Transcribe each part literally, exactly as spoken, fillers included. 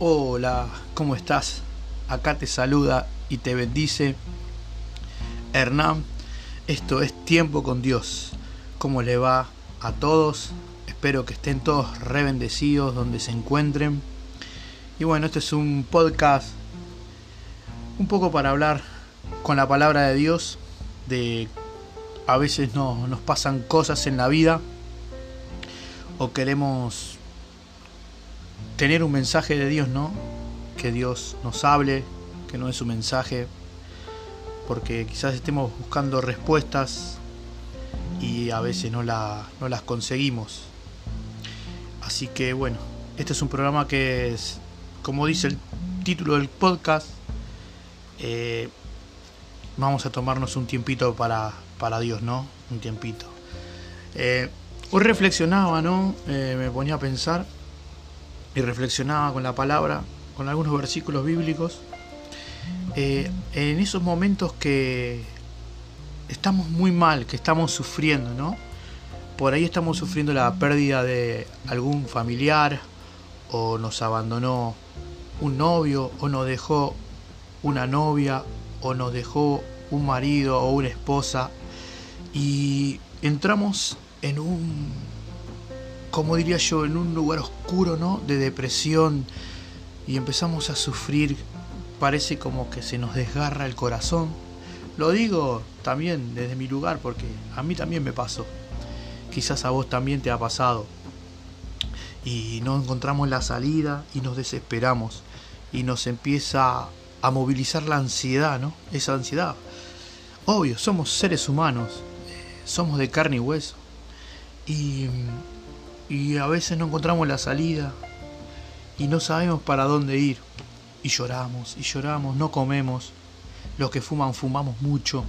Hola, ¿cómo estás? Acá te saluda y te bendice Hernán. Esto es Tiempo con Dios. ¿Cómo le va a todos? Espero que estén todos re bendecidos donde se encuentren. Y bueno, este es un podcast un poco para hablar con la palabra de Dios. De a veces no, nos pasan cosas en la vida o queremos tener un mensaje de Dios, ¿no? Que Dios nos hable, que no es un mensaje, porque quizás estemos buscando respuestas y a veces no, la, no las conseguimos. Así que bueno, este es un programa que es, como dice el título del podcast, eh, vamos a tomarnos un tiempito para, para Dios, ¿no? Un tiempito. Eh, hoy reflexionaba, ¿no? Eh, me ponía a pensar y reflexionaba con la palabra, con algunos versículos bíblicos, eh, en esos momentos que estamos muy mal, que estamos sufriendo, ¿no? Por ahí estamos sufriendo la pérdida de algún familiar, o nos abandonó un novio, o nos dejó una novia, o nos dejó un marido o una esposa, y entramos en un, como diría yo, en un lugar oscuro, ¿no? De depresión, y empezamos a sufrir. Parece como que se nos desgarra el corazón. Lo digo también desde mi lugar porque a mí también me pasó. Quizás a vos también te ha pasado. Y no encontramos la salida y nos desesperamos. Y nos empieza a movilizar la ansiedad, ¿no? Esa ansiedad. Obvio, somos seres humanos. Somos de carne y hueso. Y... Y a veces no encontramos la salida y no sabemos para dónde ir. Y lloramos, y lloramos, no comemos. Los que fuman, fumamos mucho.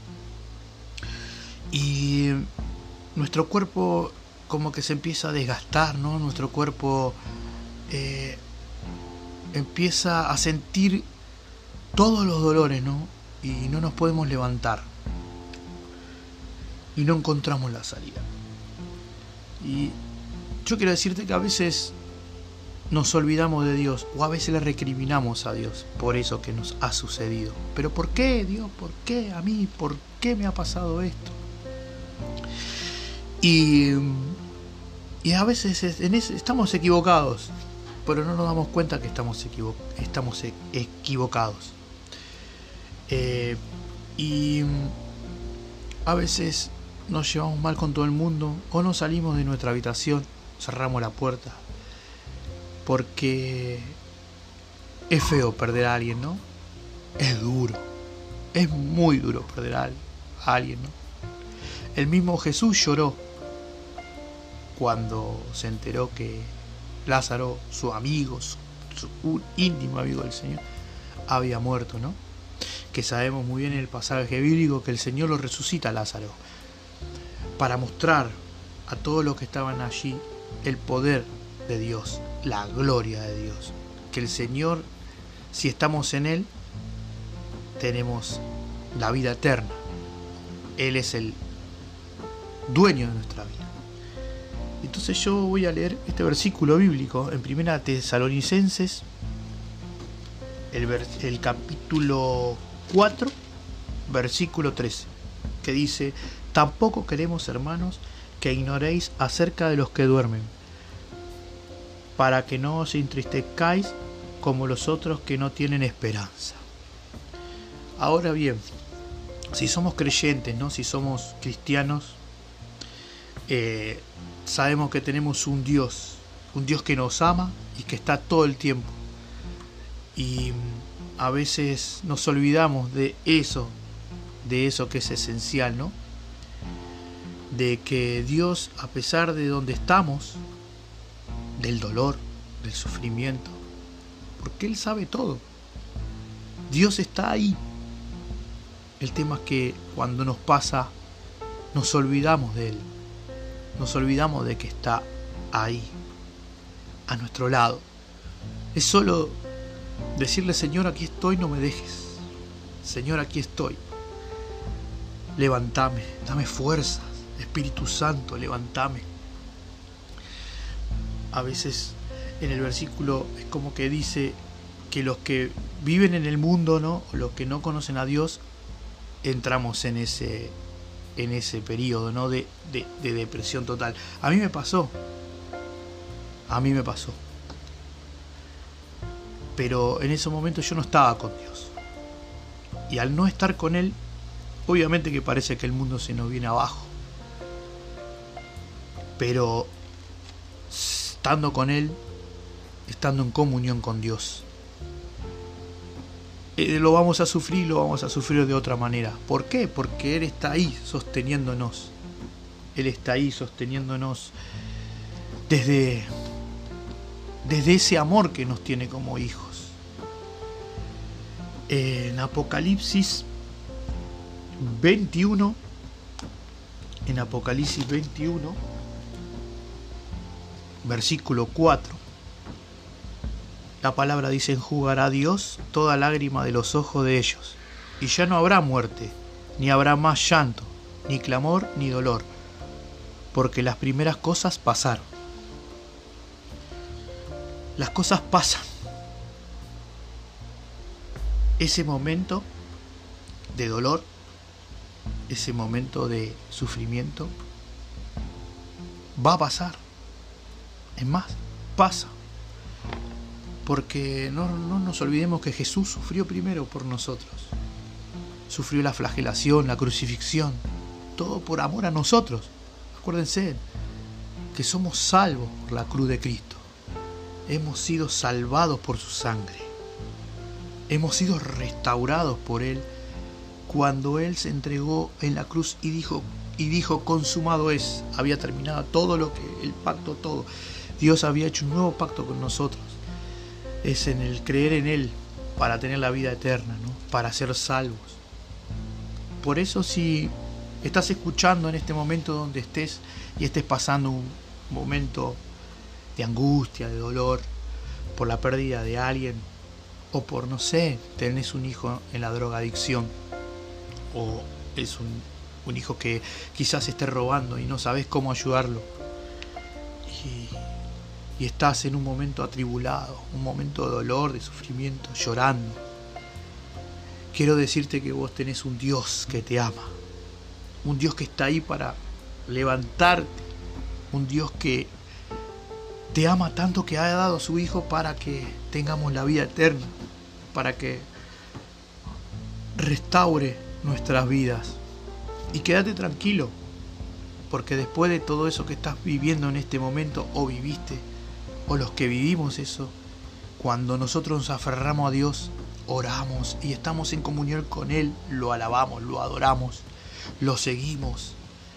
Y nuestro cuerpo como que se empieza a desgastar, ¿no? Nuestro cuerpo eh, empieza a sentir todos los dolores, ¿no? Y no nos podemos levantar. Y no encontramos la salida. Y yo quiero decirte que a veces nos olvidamos de Dios, o a veces le recriminamos a Dios por eso que nos ha sucedido. ¿Pero por qué, Dios? ¿Por qué a mí? ¿Por qué me ha pasado esto? Y, y a veces en ese, estamos equivocados, pero no nos damos cuenta que estamos, equivo, estamos equivocados. Eh, y a veces nos llevamos mal con todo el mundo, o no salimos de nuestra habitación, cerramos la puerta, porque es feo perder a alguien, ¿no? Es duro, es muy duro perder a alguien, ¿no? El mismo Jesús lloró cuando se enteró que Lázaro, su amigo, su, su un íntimo amigo del Señor, había muerto, ¿no? Que sabemos muy bien en el pasaje bíblico que el Señor lo resucita a Lázaro para mostrar a todos los que estaban allí el poder de Dios, la gloria de Dios, que el Señor, si estamos en Él, tenemos la vida eterna. Él es el dueño de nuestra vida. Entonces yo voy a leer este versículo bíblico en Primera Tesalonicenses, el, vers- el capítulo cuatro, versículo trece, que dice: tampoco queremos, hermanos, que ignoréis acerca de los que duermen, para que no os entristezcáis como los otros que no tienen esperanza. Ahora bien, si somos creyentes, ¿no? Si somos cristianos, eh, sabemos que tenemos un Dios, un Dios que nos ama y que está todo el tiempo. Y a veces nos olvidamos de eso, de eso que es esencial, ¿no? De que Dios, a pesar de donde estamos, del dolor, del sufrimiento, porque Él sabe todo, Dios está ahí. El tema es que cuando nos pasa, nos olvidamos de Él, nos olvidamos de que está ahí, a nuestro lado. Es solo decirle: Señor, aquí estoy, no me dejes. Señor, aquí estoy. Levántame, dame fuerzas. Espíritu Santo, levántame. A veces en el versículo es como que dice que los que viven en el mundo, ¿no? O los que no conocen a Dios, entramos en ese, en ese periodo, ¿no? de, de, de depresión total. A mí me pasó. A mí me pasó. Pero en ese momento yo no estaba con Dios. Y al no estar con Él, obviamente que parece que el mundo se nos viene abajo. Pero estando con Él, estando en comunión con Dios, eh, lo vamos a sufrir, lo vamos a sufrir de otra manera. ¿Por qué? Porque Él está ahí sosteniéndonos. Él está ahí sosteniéndonos desde, desde ese amor que nos tiene como hijos. En Apocalipsis veintiuno, en Apocalipsis veintiuno, versículo cuatro, la palabra dice: enjugará Dios toda lágrima de los ojos de ellos, y ya no habrá muerte, ni habrá más llanto, ni clamor, ni dolor, porque las primeras cosas pasaron. Las cosas pasan. Ese momento de dolor, ese momento de sufrimiento, va a pasar. Es más, pasa. Porque no, no nos olvidemos que Jesús sufrió primero por nosotros. Sufrió la flagelación, la crucifixión, todo por amor a nosotros. Acuérdense que somos salvos por la cruz de Cristo. Hemos sido salvados por su sangre. Hemos sido restaurados por Él cuando Él se entregó en la cruz y dijo, y dijo consumado es. Había terminado todo lo que, el pacto, todo. Dios había hecho un nuevo pacto con nosotros. Es en el creer en Él para tener la vida eterna, ¿no? Para ser salvos. Por eso, si estás escuchando en este momento donde estés y estés pasando un momento de angustia, de dolor, por la pérdida de alguien, o por, no sé, tenés un hijo en la drogadicción, o es un, un hijo que quizás esté robando y no sabes cómo ayudarlo, y, y estás en un momento atribulado, un momento de dolor, de sufrimiento, llorando. Quiero decirte que vos tenés un Dios que te ama, un Dios que está ahí para levantarte, un Dios que te ama tanto que ha dado a su Hijo para que tengamos la vida eterna, para que restaure nuestras vidas. Y quédate tranquilo, porque después de todo eso que estás viviendo en este momento, o viviste, o los que vivimos eso, cuando nosotros nos aferramos a Dios, oramos y estamos en comunión con Él, lo alabamos, lo adoramos, lo seguimos.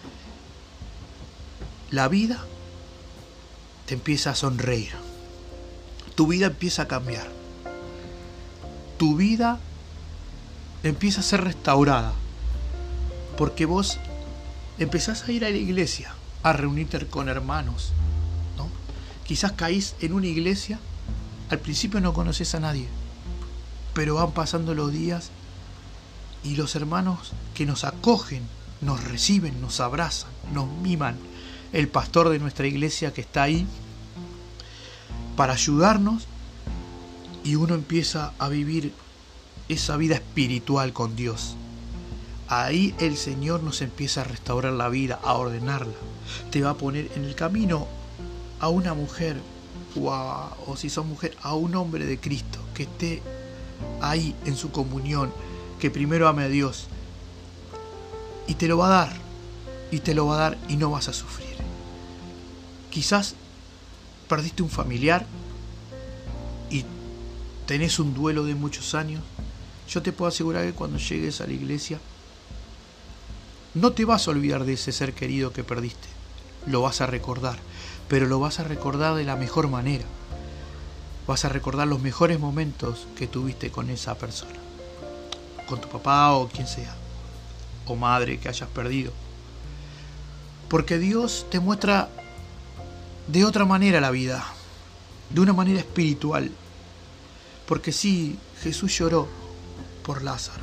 La vida te empieza a sonreír, tu vida empieza a cambiar, tu vida empieza a ser restaurada, porque vos empezás a ir a la iglesia, a reunirte con hermanos, ¿no? Quizás caís en una iglesia, al principio no conoces a nadie, pero van pasando los días y los hermanos que nos acogen, nos reciben, nos abrazan, nos miman. El pastor de nuestra iglesia que está ahí para ayudarnos, y uno empieza a vivir esa vida espiritual con Dios. Ahí el Señor nos empieza a restaurar la vida, a ordenarla. Te va a poner en el camino a una mujer, o, a, o si sos mujer, a un hombre de Cristo que esté ahí en su comunión, que primero ame a Dios, y te lo va a dar, y te lo va a dar y no vas a sufrir. Quizás perdiste un familiar y tenés un duelo de muchos años. Yo te puedo asegurar que cuando llegues a la iglesia no te vas a olvidar de ese ser querido que perdiste. Lo vas a recordar, pero lo vas a recordar de la mejor manera. Vas a recordar los mejores momentos que tuviste con esa persona, con tu papá o quien sea, o madre que hayas perdido. Porque Dios te muestra de otra manera la vida, de una manera espiritual. Porque sí, Jesús lloró por Lázaro,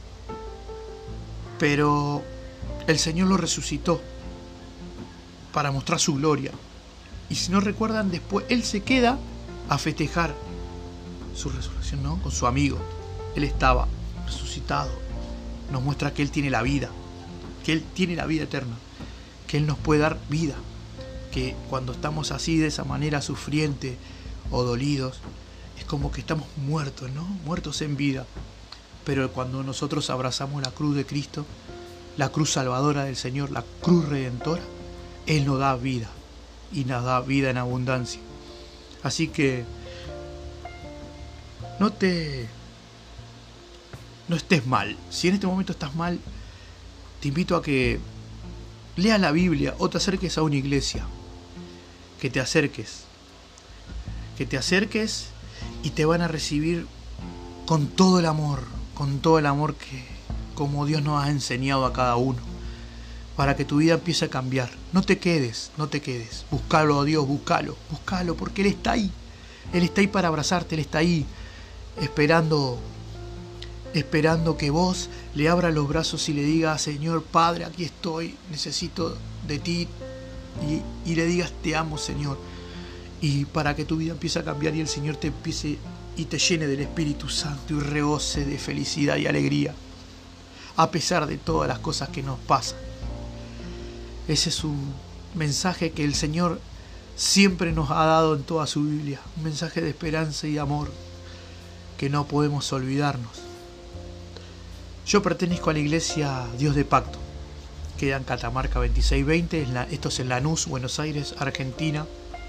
pero el Señor lo resucitó para mostrar su gloria. Y si no recuerdan, después Él se queda a festejar su resurrección, ¿no? Con su amigo. Él estaba resucitado. Nos muestra que Él tiene la vida, que Él tiene la vida eterna, que Él nos puede dar vida, que cuando estamos así de esa manera sufriente o dolidos, es como que estamos muertos, ¿no? Muertos en vida. Pero cuando nosotros abrazamos la cruz de Cristo, la cruz salvadora del Señor, la cruz redentora, Él nos da vida y nos da vida en abundancia. Así que no te no estés mal. Si en este momento estás mal, te invito a que leas la Biblia o te acerques a una iglesia. Que te acerques. Que te acerques y te van a recibir con todo el amor, con todo el amor que como Dios nos ha enseñado a cada uno, para que tu vida empiece a cambiar. No te quedes, no te quedes. Búscalo a Dios, búscalo, búscalo, porque Él está ahí. Él está ahí para abrazarte, Él está ahí esperando, esperando que vos le abras los brazos y le digas: Señor Padre, aquí estoy, necesito de ti. Y, y le digas: te amo, Señor. Y para que tu vida empiece a cambiar y el Señor te empiece y te llene del Espíritu Santo y rebose de felicidad y alegría, a pesar de todas las cosas que nos pasan. Ese es un mensaje que el Señor siempre nos ha dado en toda su Biblia, un mensaje de esperanza y de amor que no podemos olvidarnos. Yo pertenezco a la iglesia Dios de Pacto, queda en Catamarca veintiséis veinte, en la, esto es en Lanús, Buenos Aires, Argentina.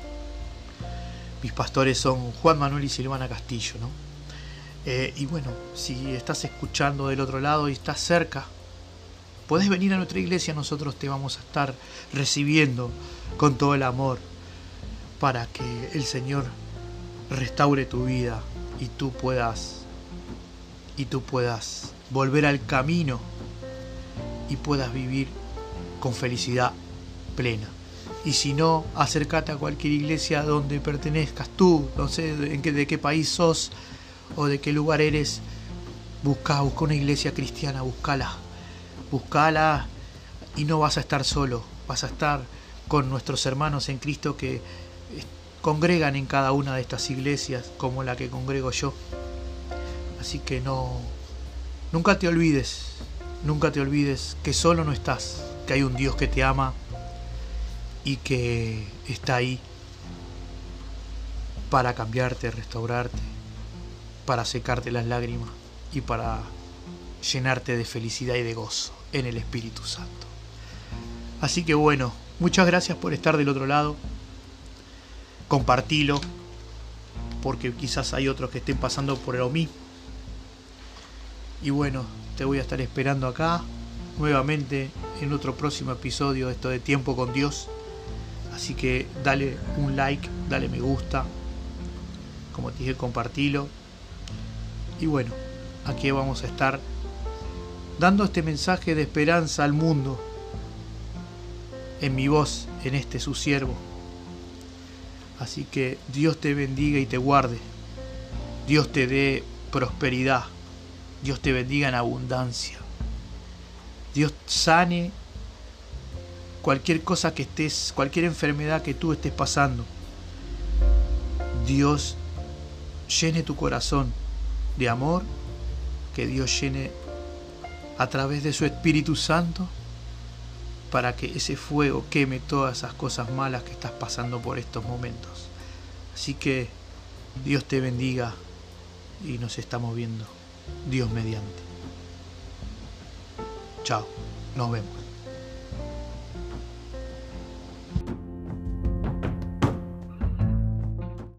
Mis pastores son Juan Manuel y Silvana Castillo, ¿no? Eh, y bueno, si estás escuchando del otro lado y estás cerca, podés venir a nuestra iglesia, nosotros te vamos a estar recibiendo con todo el amor para que el Señor restaure tu vida y tú puedas y tú puedas volver al camino y puedas vivir con felicidad plena. Y si no, acércate a cualquier iglesia donde pertenezcas tú, no sé de qué, de qué país sos o de qué lugar eres. Busca, busca una iglesia cristiana, búscala, búscala y no vas a estar solo, vas a estar con nuestros hermanos en Cristo que congregan en cada una de estas iglesias como la que congrego yo. Así que no, nunca te olvides, nunca te olvides que solo no estás, que hay un Dios que te ama y que está ahí para cambiarte, restaurarte, para secarte las lágrimas y para llenarte de felicidad y de gozo en el Espíritu Santo. Así que bueno, muchas gracias por estar del otro lado. Compartilo, porque quizás hay otros que estén pasando por lo mismo. Y bueno, te voy a estar esperando acá nuevamente en otro próximo episodio de esto de Tiempo con Dios. Así que dale un like, dale me gusta, como te dije, compartilo. Y bueno, aquí vamos a estar dando este mensaje de esperanza al mundo en mi voz, en este su siervo. Así que Dios te bendiga y te guarde. Dios te dé prosperidad. Dios te bendiga en abundancia. Dios sane cualquier cosa que estés, cualquier enfermedad que tú estés pasando. Dios llene tu corazón de amor, que Dios llene a través de su Espíritu Santo para que ese fuego queme todas esas cosas malas que estás pasando por estos momentos. Así que Dios te bendiga y nos estamos viendo, Dios mediante. Chao, nos vemos.